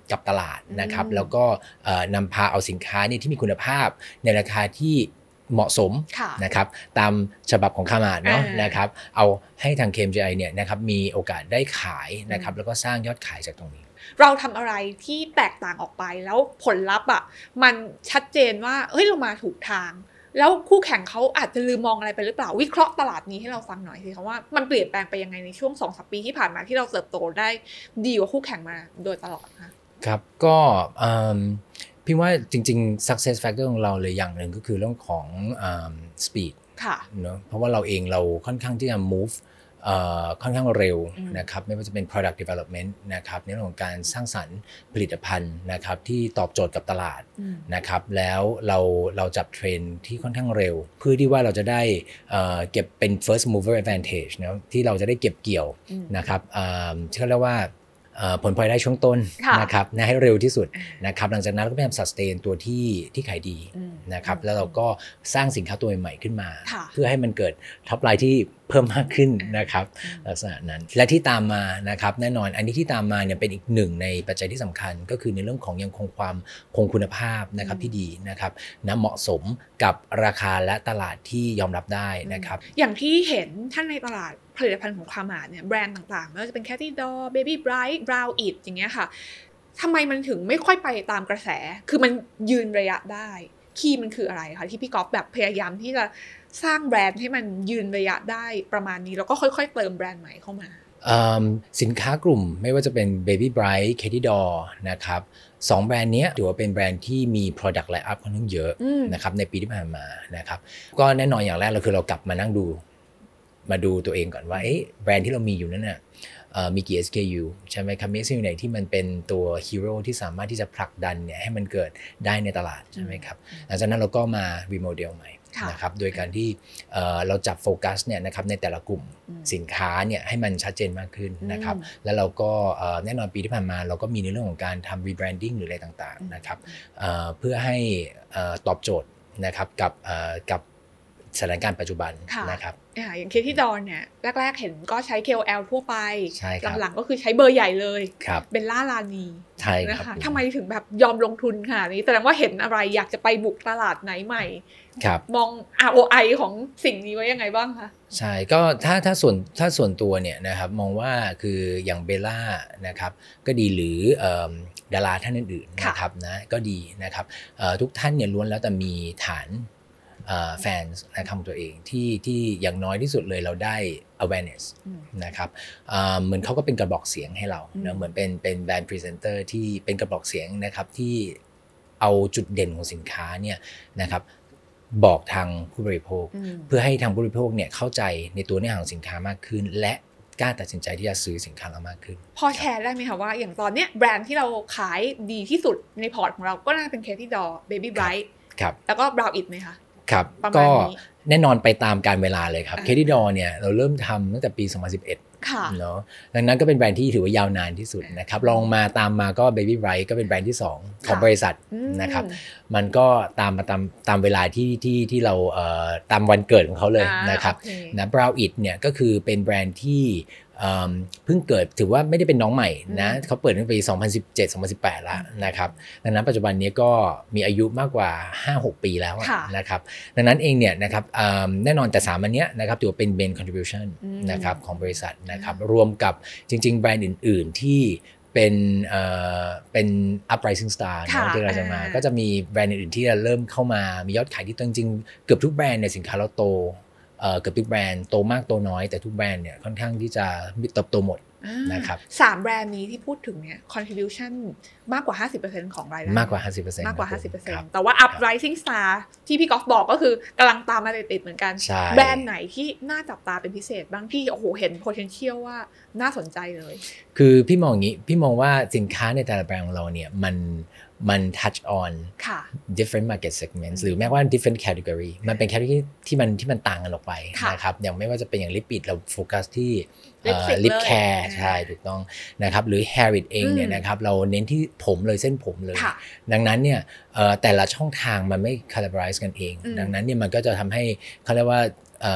กับตลาดนะครับแล้วก็นำพาเอาสินค้าเนี่ยที่มีคุณภาพในราคาที่เหมาะสมนะครับตามฉบับของคามาดเนาะนะครับเอาให้ทาง เค เอ็ม จี ไอ เนี่ยนะครับมีโอกาสได้ขายนะครับแล้วก็สร้างยอดขายจากตรงนี้เราทำอะไรที่แตกต่างออกไปแล้วผลลัพธ์อ่ะมันชัดเจนว่าเฮ้ยเรามาถูกทางแล้วคู่แข่งเขาอาจจะลืมมองอะไรไปหรือเปล่าวิเคราะห์ตลาดนี้ให้เราฟังหน่อยสิคะว่ามันเปลี่ยนแปลงไปยังไงในช่วง สองถึงสาม ปีที่ผ่านมาที่เราเติบโตได้ดีกว่าคู่แข่งมาโดยตลอดคะครับก็พี่ว่าจริงๆ success factor ของเราเลยอย่างหนึ่งก็คือเรื่องของ speed ค่ะเนอะเพราะว่าเราเองเราค่อนข้างที่จะ move ค่อนข้างเร็วนะครับไม่ว่าจะเป็น product development นะครับในเรื่องของการสร้างสรรค์ผลิตภัณฑ์นะครับที่ตอบโจทย์กับตลาดนะครับแล้วเราเราจับเทรนด์ที่ค่อนข้างเร็วเพื่อที่ว่าเราจะได้เก็บเป็น first mover advantage นะที่เราจะได้เก็บเกี่ยวนะครับที่เขาเรียกว่าผลพลอยได้ช่วงต้นนะครับนะให้เร็วที่สุดนะครับหลังจากนั้นเราก็พยายาม sustain ตัวที่ที่ขายดีนะครับแล้วเราก็สร้างสินค้าตัวใหม่ขึ้นมาเพื่อให้มันเกิดท็อปไลน์ที่เพิ่มมากขึ้นนะครับลักษณะนั้นและที่ตามมานะครับแน่นอนอันนี้ที่ตามมาเนี่ยเป็นอีกหนึ่งในปัจจัยที่สำคัญก็คือในเรื่องของยังคงความคงคุณภาพนะครับที่ดีนะครับนะเหมาะสมกับราคาและตลาดที่ยอมรับได้นะครับอย่างที่เห็นท่านในตลาดผลิตภัณฑ์ของคามาดเนี่ยแบรนด์ต่างๆไม่ว่าจะเป็น Catty Door Baby Bright Brow It อย่างเงี้ยค่ะทำไมมันถึงไม่ค่อยไปตามกระแสคือมันยืนระยะได้คีย์มันคืออะไรคะที่พี่ก๊อฟแบบพยายามที่จะสร้างแบรนด์ให้มันยืนระยะได้ประมาณนี้แล้วก็ค่อยๆเติมแบรนด์ใหม่เข้ามาสินค้ากลุ่มไม่ว่าจะเป็น Baby Bright Catty Door นะครับสองแบรนด์นี้ถือว่าเป็นแบรนด์ที่มี product line up ค่อนข้างเยอะนะครับในปีที่ผ่านมานะครับก็แน่นอนอย่างแรกเราคือเรากลับมานั่งดูมาดูตัวเองก่อนว่าเอ๊ะแบรนด์ที่เรามีอยู่นั้นน่ะมีกี่ เอส เค ยู ใช่ไหมครับมี เอส เค ยู ไหนที่มันเป็นตัวฮีโร่ที่สามารถที่จะผลักดันเนี่ยให้มันเกิดได้ในตลาดใช่ไหมครับหลังจากนั้นเราก็มารีโมเดลใหม่นะครับโดยการที่เราจับโฟกัสเนี่ยนะครับในแต่ละกลุ่มสินค้าเนี่ยให้มันชัดเจนมากขึ้นนะครับแล้วเราก็แน่นอนปีที่ผ่านมาเราก็มีในเรื่องของการทำรีแบรนดิ้งหรืออะไรต่างๆนะครับเพื่อให้ตอบโจทย์นะครับกับกับสถานการณ์ปัจจุบันนะครับอย่างเคที่ดอนเนี่ยแรกๆเห็นก็ใช้ เค โอ แอล ทั่วไปหลังๆก็คือใช้เบอร์ใหญ่เลยเบลล่าลานีนะคะทำไมถึงแบบยอมลงทุนขนาดนี้แสดงว่าเห็นอะไรอยากจะไปบุกตลาดไหนใหม่มอง อาร์ โอ ไอ ของสิ่งนี้ไว้ยังไงบ้างคะใช่ก็ถ้าถ้าส่วนถ้าส่วนตัวเนี่ยนะครับมองว่าคืออย่างเบลล่านะครับก็ดีหรือดาราท่านอื่นๆนะครับนะก็ดีนะครับทุกท่านเนี่ยล้วนแล้วแต่มีฐานแฟนนะครับตัวเองที่ที่อย่างน้อยที่สุดเลยเราได้ awareness นะครับเหมือนเขาก็เป็นกระบอกเสียงให้เรานะเหมือนเป็นเป็นแบรนด์พรีเซนเตอร์ที่เป็นกระบอกเสียงนะครับที่เอาจุดเด่นของสินค้าเนี่ยนะครับบอกทางผู้บริโภคเพื่อให้ทางผู้บริโภคเนี่ยเข้าใจในตัวเนื้อหาของสินค้ามากขึ้นและกล้าตัดสินใจที่จะซื้อสินค้าเรามากขึ้นพอแชร์ได้ไหมคะว่าอย่างตอนเนี้ยแบรนด์ที่เราขายดีที่สุดในพอร์ตของเราก็น่าเป็น Catty Door Baby Bright แล้วก็ Brow It ไหมคะครับก็แน่นอนไปตามการเวลาเลยครับ Catty Door เนี่ยเราเริ่มทำตั้งแต่ปีสองพันสิบเอ็ดเนาะดังนั้นก็เป็นแบรนด์ที่ถือว่ายาวนานที่สุดนะครับลองมาตามมาก็ Baby Bright ก็เป็นแบรนด์ที่สองของบริษัทนะครับมันก็ตามมาตามตามเวลาที่ที่ที่เราเอ่อตามวันเกิดของเขาเลยนะครับนะ Brow It เนี่ยก็คือเป็นแบรนด์ที่เพิ่งเกิดถือว่าไม่ได้เป็นน้องใหม่นะเขาเปิดตั้งแต่ปีสองพันสิบเจ็ด สองพันสิบแปดแล้วนะครับดังนั้นปัจจุบันนี้ก็มีอายุมากกว่า ห้าหก ปีแล้วนะครับดังนั้นเองเนี่ยนะครับแน่นอนแต่สามอันเนี้ยนะครับถือว่าเป็น main contribution นะครับของบริษัทนะครับรวมกับจริงๆแบรนด์อื่นๆที่เป็นเอ่อเป็น uprising star นะที่เราจะมาก็จะมีแบรนด์อื่นๆที่เริ่มเข้ามามียอดขายที่จริงๆเกือบทุกแบรนด์ในสินค้าเราโตเกือบทุกแบรนด์โตมากโตน้อยแต่ทุกแบรนด์เนี่ยค่อนข้างที่จะเติบโตหมดนะครับสามแบรนด์นี้ที่พูดถึงเนี่ย contribution มากกว่า ห้าสิบเปอร์เซ็นต์ ของรายได้มากกว่า ห้าสิบเปอร์เซ็นต์มากกว่า ห้าสิบเปอร์เซ็นต์ แต่ว่า uprising star ที่พี่กอล์ฟบอกก็คือกำลังตามมาติดๆเหมือนกันแบรนด์ไหนที่น่าจับตาเป็นพิเศษบ้างที่โอ้โหเห็น potential ว่าน่าสนใจเลยคือพี่มองอย่างนี้พี่มองว่าสินค้าในแต่ละแบรนด์ของเราเนี่ยมันมัน touch on different market segments หรือแม้ว่า different category มันเป็น category ที่มันที่มันต่างกันออกไปนะครับอย่างไม่ว่าจะเป็นอย่างลิปปิดเราโฟกัสที่ลิปแคร์ใช่ถูกต้องนะครับหรือ Harit เองเนี่ยนะครับเราเน้นที่ผมเลยเส้นผมเลยดังนั้นเนี่ยแต่ละช่องทางมันไม่ categorize กันเองดังนั้นเนี่ยมันก็จะทำให้เขาเรียกว่า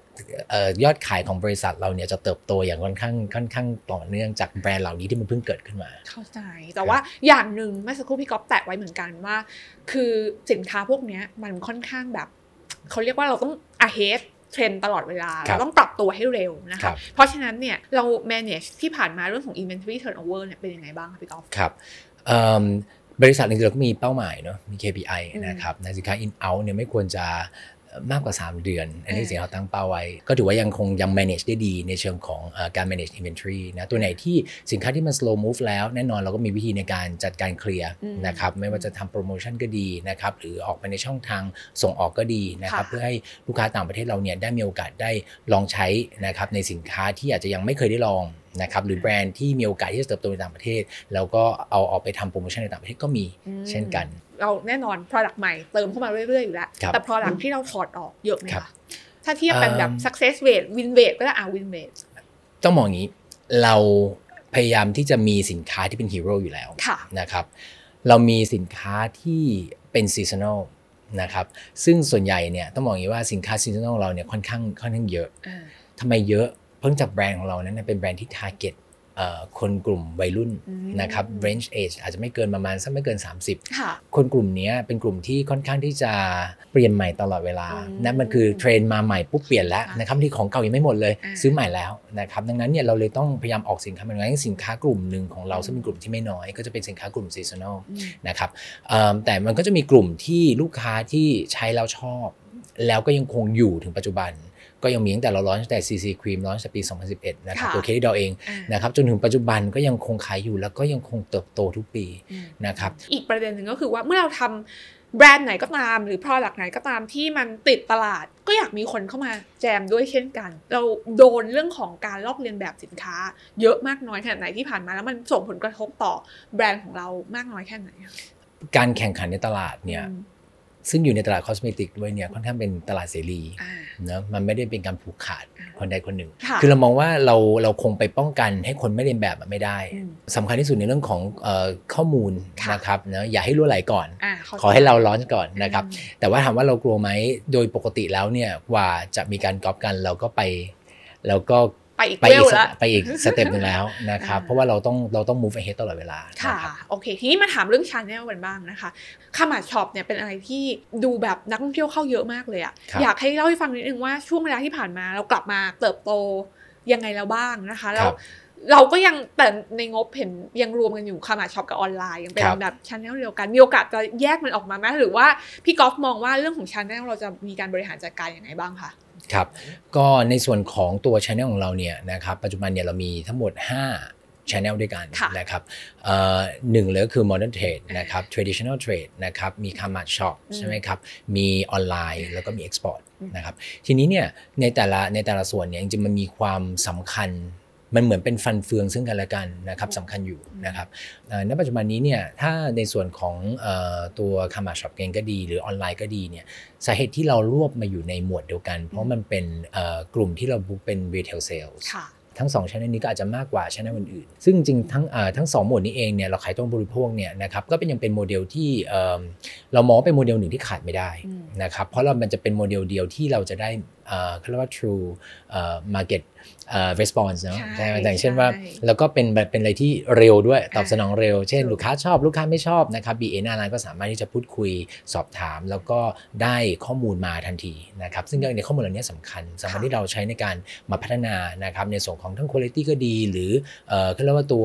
เอ่อยอดขายของบริษัทเราเนี่ยจะเติบโตอย่างค่อนข้างค่อนข้างต่อเนื่องจากแบรนด์เหล่านี้ที่มันเพิ่งเกิดขึ้นมาเข้าใจแต่ว่าอย่างหนึ่งเมื่อสักครู่พี่ก๊อฟแตะไว้เหมือนกันว่าคือสินค้าพวกนี้มันค่อนข้างแบบเขาเรียกว่าเราต้อง ahead เทรนด์ตลอดเวลาเราต้องปรับตัวให้เร็วนะคะเพราะฉะนั้นเนี่ยเรา manage ที่ผ่านมาเรื่องของ inventory turnover เนี่ยเป็นยังไงบ้างคะพี่ก๊อฟครับบริษัทนึงเราก็มีเป้าหมายเนาะมี เค พี ไอ นะครับในสินค้า in out เนี่ยไม่ควรจะมากกว่าสามเดือนอันนี้สิ่งที่เราตั้งเป้าไว้ก็ถือว่ายังคงยัง manage ได้ดีในเชิงของuh, การ manage inventory นะตัวไหนที่สินค้าที่มัน slow move แล้วแน่นอนเราก็มีวิธีในการจัดการเคลียร์นะครับไม่ว่าจะทำโปรโมชั่นก็ดีนะครับหรือออกไปในช่องทางส่งออกก็ดีนะครับเพื่อให้ลูกค้าต่างประเทศเราเนี่ยได้มีโอกาสได้ลองใช้นะครับในสินค้าที่อาจจะยังไม่เคยได้ลองนะครับหรือแบรนด์ที่มีโอกาสที่จะเติบโตในต่างประเทศแล้วก็เอาออกไปทำโปรโมชั่นในต่างประเทศก็มีเช่นกันเราแน่นอน product ใหม่เติมเข้ามาเรื่อยๆอยู่แล้วแต่ product ที่เราถอดออกเยอะไหมคะถ้าเทียบเป็นแบบ success rate win rate ก็ได้อ่ะ win rate ต้องมองอย่างนี้เราพยายามที่จะมีสินค้าที่เป็นฮีโร่อยู่แล้วนะครับเรามีสินค้าที่เป็น seasonal นะครับซึ่งส่วนใหญ่เนี่ยต้องมองอย่างนี้ว่าสินค้า seasonal เราเนี่ยค่อนข้างค่อนข้างเยอะทำไมเยอะเพิ่งจากแบรนด์ของเรานั้นเป็นแบรนด์ที่ target คนกลุ่มวัยรุ่นนะครับ range age อาจจะไม่เกินประมาณสักไม่เกินสามสิบคนกลุ่มนี้เป็นกลุ่มที่ค่อนข้างที่จะเปลี่ยนใหม่ตลอดเวลานั่นมันคือเทรนด์มาใหม่ปุ๊บเปลี่ยนแล้วนะครับที่ของเก่ายังไม่หมดเลยซื้อใหม่แล้วนะครับดังนั้นเนี่ยเราเลยต้องพยายามออกสินค้าใหม่ๆสินค้ากลุ่มหนึ่งของเราซึ่งเป็นกลุ่มที่ไม่น้อยก็จะเป็นสินค้ากลุ่ม seasonal นะครับแต่มันก็จะมีกลุ่มที่ลูกค้าที่ใช้แล้วชอบแล้วก็ยังคงอยู่ถึงปัจจุบันก็ยังมีตั้งแต่เราลอนตั้งแต่ ซี ซี Cream ลอนตั้งแต่ปีสองพันสิบเอ็ดนะครับตัว Kelly Doll เองนะครับจนถึงปัจจุบันก็ยังคงขายอยู่แล้วก็ยังคงเติบโตทุกปีนะครับอีกประเด็นหนึ่งก็คือว่าเมื่อเราทำแบรนด์ไหนก็ตามหรือ product ไหนก็ตามที่มันติดตลาดก็อยากมีคนเข้ามาแจมด้วยเช่นกันเราโดนเรื่องของการลอกเลียนแบบสินค้าเยอะมากน้อยขนาดไหนที่ผ่านมาแล้วมันส่งผลกระทบต่อแบรนด์ของเรามากน้อยแค่ไหนการแข่งขันในตลาดเนี่ยซึ่งอยู่ในตลาดคอสเมติกด้วยเนี่ยค่อนข้างเป็นตลาดเสรีเนอะมันไม่ได้เป็นการผูกขาดคนใดคนหนึ่งคือเรามองว่าเราเราคงไปป้องกันให้คนไม่เลียนแบบไม่ได้สำคัญที่สุดในเรื่องของเอ่อข้อมูลนะครับเนอะอย่าให้รั่วไหลก่อนขอให้เราร้อนก่อนนะครับแต่ว่าถามว่าเรากลัวไหมโดยปกติแล้วเนี่ยกว่าจะมีการก๊อปกันเราก็ไปเราก็ไปอีกเลวไปอีกสเต็ปนึงแล้วนะครับเพราะว่าเราต้องเราต้อง move ahead ตลอดเวลาค่ะโอเคทีนี้มาถามเรื่อง channel กันบ้างนะคะข้าวหมาช็อปเนี่ยเป็นอะไรที่ดูแบบนักท่องเที่ยวเข้าเยอะมากเลยอ่ะอยากให้เล่าให้ฟังนิดนึงว่าช่วงเวลาที่ผ่านมาเรากลับมาเติบโตยังไงแล้วบ้างนะคะแล้วเราก็ยังแต่ในงบเห็นยังรวมกันอยู่ข้าวหมาช็อปกับออนไลน์ยังเป็นแบบ channel เดียวกันมีโอกาสจะแยกมันออกมาไหมหรือว่าพี่กอล์ฟมองว่าเรื่องของ channel เราจะมีการบริหารจัดการยังไงบ้างคะครับก็ในส่วนของตัว channel ของเราเนี่ยนะครับปัจจุบันเนี่ยเรามีทั้งหมดห้า channel ด้วยกันนะครับเอ่อหนึ่งเลยก็คือ modern trade นะครับ traditional trade นะครับมี Kmart shop ใช่ไหมครับมีออนไลน์แล้วก็มี export นะครับทีนี้เนี่ยในแต่ละในแต่ละส่วนเนี่ยจริงๆมันมีความสำคัญมันเหมือนเป็นฟันเฟืองซึ่งกันและกันนะครับสำคัญอยู่นะครับณปัจจุบันนี้เนี่ยถ้าในส่วนของตัว Kmart shop เองก็ดีหรือออนไลน์ก็ดีเนี่ยสาเหตุที่เรารวบมาอยู่ในหมวดเดียวกันเพราะมันเป็นกลุ่มที่เราบุ๊กเป็น retail sales ทั้งสองชั้นนี้ก็อาจจะมากกว่าชั้นอื่นๆซึ่งจริงทั้งทั้งสองหมวดนี้เองเนี่ยเราขายตรงบริโภคเนี่ยนะครับก็เป็นยังเป็นโมเดลที่เรามองเป็นโมเดลหนึ่งที่ขาดไม่ได้นะครับเพราะเรามันจะเป็นโมเดลเดียวที่เราจะได้เขาเรียกว่า true market response เนาะใช่ไหมอย่างเช่นว่าแล้วก็เป็นแบบเป็นอะไรที่เร็วด้วยตอบสนองเร็วเช่นลูกค้าชอบลูกค้าไม่ชอบนะครับ บี เอ หน้าร้านก็สามารถที่จะพูดคุยสอบถามแล้วก็ได้ข้อมูลมาทันทีนะครับซึ่งในข้อมูลเหล่านี้สำคัญสำคัญที่เราใช้ในการมาพัฒนานะครับในส่วนของทั้ง quality ก็ดีหรือเขาเรียกว่าตัว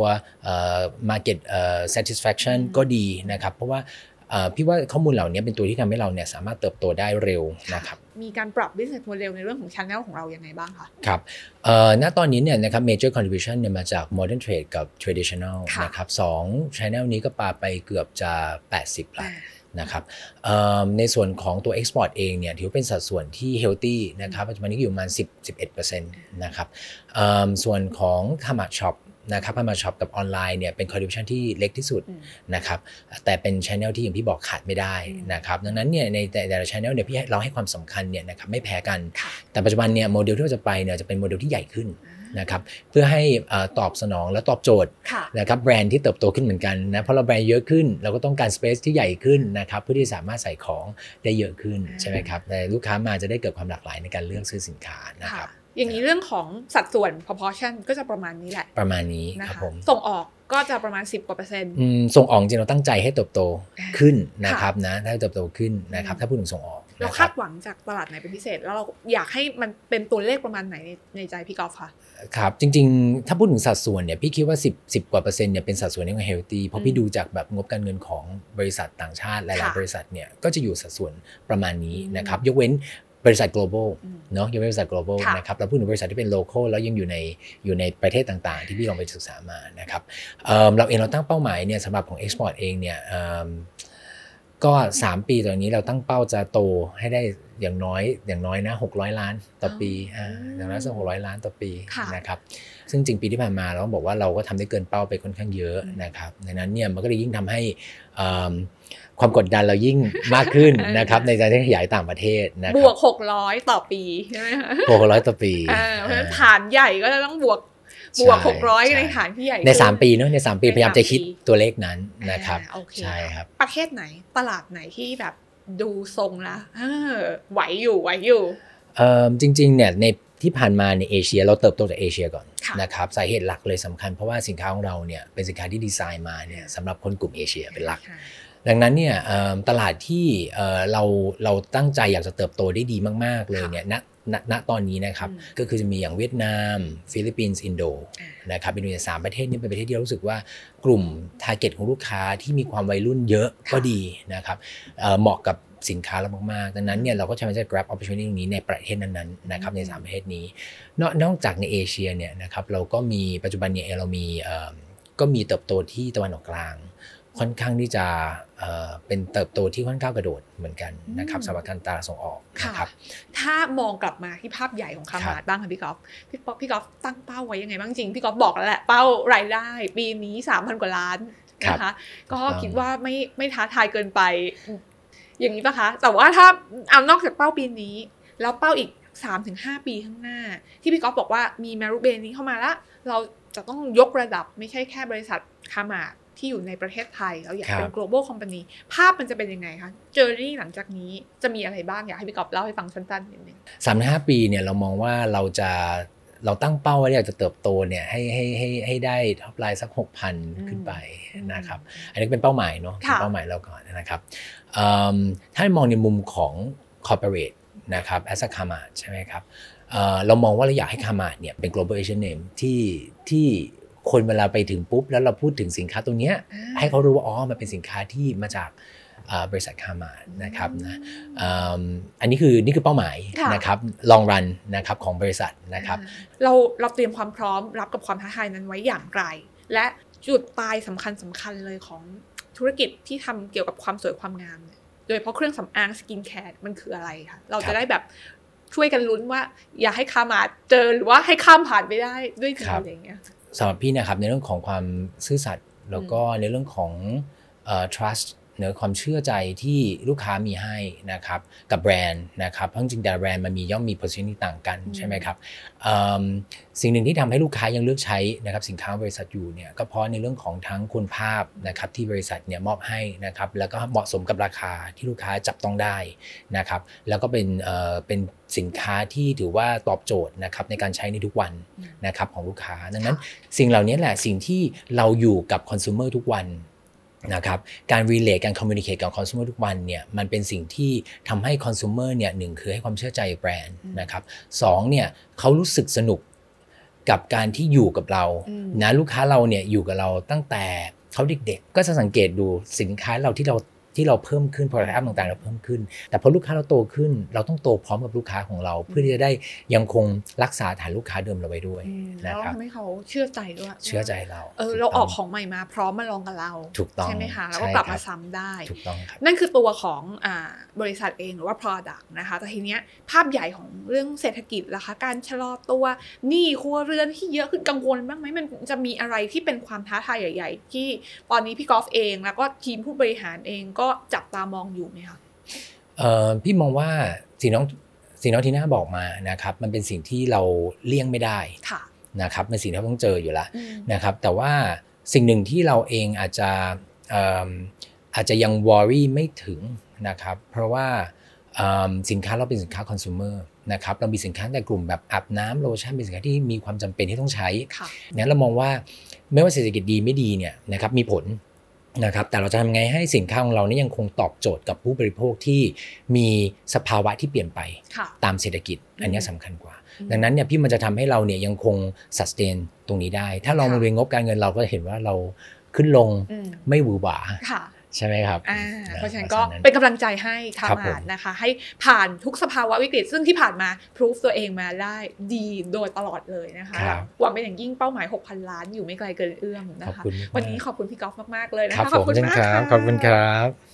market satisfaction ก็ดีนะครับเพราะว่าพี่ว่าข้อมูลเหล่านี้เป็นตัวที่ทำให้เราเนี่ยสามารถเติบโตได้เร็วนะครับมีการปรับ business model ในเรื่องของ channel ของเรายังไงบ้างคะครับณตอนนี้เนี่ยนะครับ major contribution เนี่ยมาจาก modern trade กับ traditional นะครับสอง channel นี้ก็ปาไปเกือบจะแปดสิบแล้วนะครับในส่วนของตัว export เองเนี่ยถือเป็นสัดส่วนที่ healthy นะครับปัจจุบันนี้อยู่ประมาณ สิบถึงสิบเอ็ดเปอร์เซ็นต์ นะครับส่วนของ Kmart shop นะครับพามาช็อปกับออนไลน์เนี่ยเป็น contribution ที่เล็กที่สุดนะครับแต่เป็น channel ที่อย่างที่บอกขาดไม่ได้นะครับดังนั้นเนี่ยในแต่ละ channel เนี่ยพี่เราให้ความสำคัญเนี่ยนะครับไม่แพ้กันแต่ปัจจุบันเนี่ยโมเดลที่เราจะไปเนี่ยจะเป็นโมเดลที่ใหญ่ขึ้นนะครับเพื่อให้ตอบสนองและตอบโจทย์นะครับแบรนด์ที่เติบโตขึ้นเหมือนกันนะเพราะเราแบรนด์เยอะขึ้นเราก็ต้องการ space ที่ใหญ่ขึ้นนะครับเพื่อที่สามารถใส่ของได้เยอะขึ้นใช่ไหมครับแต่ลูกค้ามาจะได้เกิดความหลากหลายในการเลือกซื้อสินค้านะครับอย่างนี้เรื่องของสัดส่วน proportion ก็จะประมาณนี้แหละประมาณนี้ครับผมส่งออกก็จะประมาณสิบกว่าเปอร์เซ็นต์ส่งออกจริงเราตั้งใจให้เติบโตขึ้นนะครับนะถ้าเติบโตขึ้นนะครับถ้าพูดถึงส่งออกเราคาดหวังจากตลาดไหนเป็นพิเศษแล้วเราอยากให้มันเป็นตัวเลขประมาณไหนในในใจพี่กอล์ฟคะครับจริงๆถ้าพูดถึงสัดส่วนเนี่ยพี่คิดว่าสิบ สิบกว่าเปอร์เซ็นต์เนี่ยเป็นสัดส่วนที่เฮลตี้เพราะพี่ดูจากแบบงบการเงินของบริษัทต่างชาติหลายๆบริษัทเนี่ยก็จะอยู่สัดส่วนประมาณนี้นะครับยกเว้นบริษัท global เนาะยังเป็นบริษัท global นะครับเราพูดถึงบริษัทที่เป็น local แล้วยังอยู่ในอยู่ในประเทศต่างๆที่พี่ลองไปศึกษามานะครับ เ, เราเองเราตั้งเป้าหมายเนี่ยสำหรับของ export เองเนี่ยก็สามปีตอนนี้เราตั้งเป้าจะโตให้ได้อย่างน้อยอย่างน้อยนะหกร้อยล้านต่อปีอ่าอย่างน้อยสักหกร้อยล้านต่อปีนะครับซึ่งจริงปีที่ผ่านมาเราบอกว่าเราก็ทำได้เกินเป้าไปค่อนข้างเยอะนะครับดังนั้นเนี่ยมันก็เลยยิ่งทำให้ความกดดันเรายิ่งมากขึ้นนะครับในการที่ขยายต่างประเทศนะครับบวกหกร้อยต่อปีใช่ไหมคะบวกหกร้อยต่อปีเพราะฉะนั้นฐานใหญ่ก็จะต้องบวกบวกหกร้อยในฐานที่ใหญ่ในสามปีเนาะในสามปีพยายามจะคิดตัวเลขนั้นนะครับใช่ครับประเทศไหนตลาดไหนที่แบบดูทรงละไหวอยู่ไหวอยู่เอ่อจริงๆเนี่ยในที่ผ่านมาในเอเชียเราเติบโตจากเอเชียก่อนนะครับสาเหตุหลักเลยสำคัญเพราะว่าสินค้าของเราเนี่ยเป็นสินค้าที่ดีไซน์มาเนี่ยสำหรับคนกลุ่มเอเชียเป็นหลักดังนั้นเนี่ยตลาดที่เราเราตั้งใจอยากจะเติบโตได้ดีมากๆเลยเนี่ยณณณตอนนี้นะครับก็คือจะมีอย่างเวียดนามฟิลิปปินส์อินโดนะครับอินโดนีเซียสามประเทศนี้เป็นประเทศที่เรารู้สึกว่ากลุ่มทาร์เก็ตของลูกค้าที่มีความวัยรุ่นเยอะก็ดีนะครับเหมาะกับสินค้าเรามากๆดังนั้นเนี่ยเราก็ใช้มันจะ grab opportunity ตรงนี้ในประเทศนั้นๆนะครับในสามประเทศนี้นอกจากในเอเชียเนี่ยนะครับเราก็มีปัจจุบันเนี่ยเรามีก็มีเติบโตที่ตะวันออกกลางค่อนข้างที่จะเอ่อเป็นเติบโตที่ค่อนข้างกระโดดเหมือนกันนะครับสำหรับการตลาดส่งออกนะครับถ้ามองกลับมาที่ภาพใหญ่ของคามาร์ทบ้างค่ะพี่กอล์ฟพี่ป๊อปพี่กอล์ฟตั้งเป้าไว้ยังไงบ้างจริงพี่กอล์ฟบอกแล้วแหละเป้ารายได้ปีนี้ สามพัน กว่าล้านนะคะก็คิดว่าไม่ไม่ท้าทายเกินไปอย่างนี้ป่ะคะแต่ว่าถ้าเอานอกจากเป้าปีนี้แล้วเป้าอีก สามถึงห้า ปีข้างหน้าที่พี่กอล์ฟบอกว่ามีแมรูเบนนี้เข้ามาแล้วเราจะต้องยกระดับไม่ใช่แค่บริษัทคามาร์ทที่อยู่ในประเทศไทยเราอยากเป็น global company ภาพมันจะเป็นยังไงคะเจอร์นี่หลังจากนี้จะมีอะไรบ้างอยากให้พี่กอล์ฟเล่าให้ฟังสั้นๆนิดนึงสามถึงห้า ปีเนี่ยเรามองว่าเราจะเราตั้งเป้าว่าอยากจะเติบโตเนี่ยให้ให้ให้ให้ได้ท็อปไลน์สัก หกพัน ขึ้นไปนะครับอันนี้เป็นเป้าหมายเนาะเป้าหมายเราก่อนนะครับถ้ามองในมุมของ corporate นะครับ as a Kmart ใช่ไหมครับเรามองว่าเราอยากให้ Kmart เนี่ยเป็น global Asian name ที่ที่คนเวลาไปถึงปุ๊บแล้วเราพูดถึงสินค้าตรงนี้ให้เขารู้ว่าอ๋อมันเป็นสินค้าที่มาจากบริษัทคามาร์ทนะครับนะอันนี้คือนี่คือเป้าหมายนะครับลองรันนะครับของบริษัทนะครับเราเราเตรียมความพร้อมรับกับความท้าทายนั้นไว้อย่างไรและจุดตายสำคัญสำคัญเลยของธุรกิจที่ทำเกี่ยวกับความสวยความงามโดยเฉพาะเครื่องสำอางสกินแคร์มันคืออะไรคะเราจะได้แบบช่วยกันลุ้นว่าอย่าให้คามาร์ทเจอหรือว่าให้ข้ามผ่านไปได้ด้วยจริงอะไรอย่างเงี้ยสำหรับพี่นะครับในเรื่องของความซื่อสัตย์แล้วก็ในเรื่องของเอ่อ trust เนื้อความเชื่อใจที่ลูกค้ามีให้นะครับกับแบรนด์นะครับเพราะจริงๆแต่แบรนด์มันมีย่อมมี positioning ต่างกันใช่ไหมครับสิ่งหนึ่งที่ทำให้ลูกค้ายังเลือกใช้นะครับสินค้าบริษัทอยู่เนี่ยก็เพราะในเรื่องของทั้งคุณภาพนะครับที่บริษัทเนี่ยมอบให้นะครับแล้วก็เหมาะสมกับราคาที่ลูกค้าจับต้องได้นะครับแล้วก็เป็นเอ่อเป็นสินค้าที่ถือว่าตอบโจทย์นะครับในการใช้ในทุกวันนะครับของลูกค้าดังนั้นสิ่งเหล่านี้แหละสิ่งที่เราอยู่กับคอน sumer ทุกวันนะครับการ relate การ communicate กับ consumer ทุกวันเนี่ยมันเป็นสิ่งที่ทำให้ consumer เนี่ยหนึ่งคือให้ความเชื่อใจแบรนด์นะครับสองเนี่ยเขารู้สึกสนุกกับการที่อยู่กับเรานะลูกค้าเราเนี่ยอยู่กับเราตั้งแต่เขาเด็กๆก็จะสังเกตดูสินค้าเราที่เราที่เราเพิ่มขึ้น product up ต่างๆเราเพิ่มขึ้นแต่พอลูกค้าเราโตขึ้นเราต้องโตพร้อมกับลูกค้าของเราเพื่อที่จะได้ยังคงรักษาฐานลูกค้าเดิมเราไว้ด้วยแล้วทำให้เขาเชื่อใจด้วยเชื่อใจเราเออเราออกของใหม่มาพร้อมมาลองกับเราถูกต้องใช่ไหมคะแล้วก็กลับมาซ้ำได้ถูกต้องครับนั่นคือตัวของอ่าบริษัทเองหรือว่า product นะคะแต่ทีเนี้ยภาพใหญ่ของเรื่องเศรษฐกิจล่ะคะการชะลอตัวหนี้ครัวเรือนที่เยอะขึ้นกังวลบ้างไหมมันจะมีอะไรที่เป็นความท้าทายใหญ่ๆที่ตอนนี้พี่กอล์ฟเองแล้วก็ทีมผู้บริหารเองก็จับตามองอยู่ไหมคะเอ่อพี่มองว่าสิ่งน้องสิ่งน้องทีน่าบอกมานะครับมันเป็นสิ่งที่เราเลี่ยงไม่ได้นะครับเป็นสิ่งที่เราต้องเจออยู่แล้วนะครับแต่ว่าสิ่งหนึ่งที่เราเองอาจจะอาจจะยังวอรี่ไม่ถึงนะครับเพราะว่าสินค้าเราเป็นสินค้าคอน sumer นะครับเรามีสินค้าแต่กลุ่มแบบอาบน้ำโลชั่นเป็นสินค้าที่มีความจำเป็นที่ต้องใช้นั้นเรามองว่าไม่ว่าเศรษฐกิจดีไม่ดีเนี่ยนะครับมีผลนะครับแต่เราจะทำไงให้สินค้าของเรานี่ยังคงตอบโจทย์กับผู้บริโภคที่มีสภาวะที่เปลี่ยนไปตามเศรษฐกิจอันนี้สำคัญกว่าดังนั้นเนี่ยพี่มันจะทำให้เราเนี่ยยังคง sustain ตรงนี้ได้ถ้าเรามาเรียนงบการเงินเราก็เห็นว่าเราขึ้นลงไม่หวือหวาใช่ไหมครับเพราะฉะนั้นก็เป็นกำลังใจให้ทางอาหารนะคะให้ผ่านทุกสภาวะวิกฤตซึ่งที่ผ่านมาพิสูจตัวเองมาได้ดีโดยตลอดเลยนะคะหวังเป็นอย่างยิ่งเป้าหมาย หกพัน ล้านอยู่ไม่ไกลเกินเอื้อมนะคะวันนี้ขอบคุณพี่กอล์ฟมากๆเลยนะคะขอบคุณครับขอบคุณครับ